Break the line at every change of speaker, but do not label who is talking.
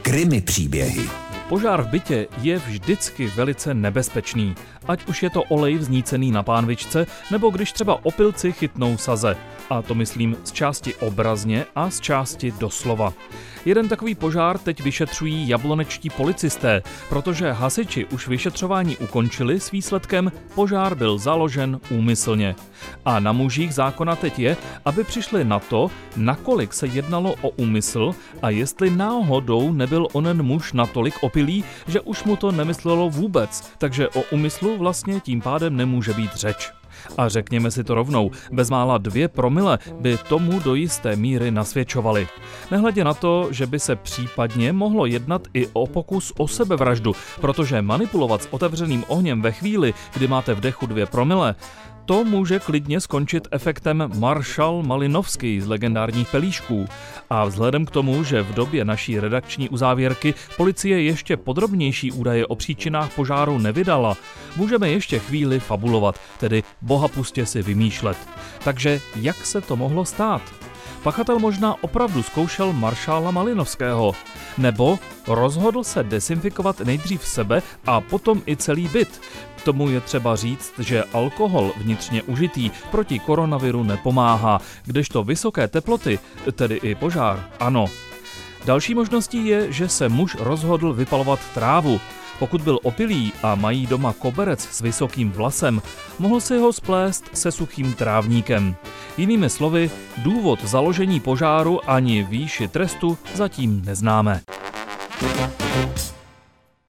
Krimi příběhy.
Požár v bytě je vždycky velice nebezpečný, ať už je to olej vznícený na pánvičce, nebo když třeba opilci chytnou saze. A to myslím z části obrazně a z části doslova. Jeden takový požár teď vyšetřují jablonečtí policisté, protože hasiči už vyšetřování ukončili s výsledkem požár byl založen úmyslně. A na mužích zákona teď je, aby přišli na to, nakolik se jednalo o úmysl a jestli náhodou nebyl onen muž natolik opilý, že už mu to nemyslelo vůbec, takže o úmyslu vlastně tím pádem nemůže být řeč. A řekněme si to rovnou, bezmála 2 promile by tomu do jisté míry nasvědčovaly. Nehledě na to, že by se případně mohlo jednat i o pokus o sebevraždu, protože manipulovat s otevřeným ohněm ve chvíli, kdy máte v dechu 2 promile, to může klidně skončit efektem Maršal Malinovský z legendárních Pelíšků. A vzhledem k tomu, že v době naší redakční uzávěrky policie ještě podrobnější údaje o příčinách požáru nevydala, můžeme ještě chvíli fabulovat, tedy bohapustě si vymýšlet. Takže jak se to mohlo stát? Pachatel možná opravdu zkoušel maršála Malinovského. Nebo rozhodl se dezinfikovat nejdřív sebe a potom i celý byt. K tomu je třeba říct, že alkohol vnitřně užitý proti koronaviru nepomáhá, kdežto vysoké teploty, tedy i požár, ano. Další možností je, že se muž rozhodl vypalovat trávu. Pokud byl opilý a mají doma koberec s vysokým vlasem, mohl si ho splést se suchým trávníkem. Jinými slovy, důvod založení požáru ani výši trestu zatím neznáme.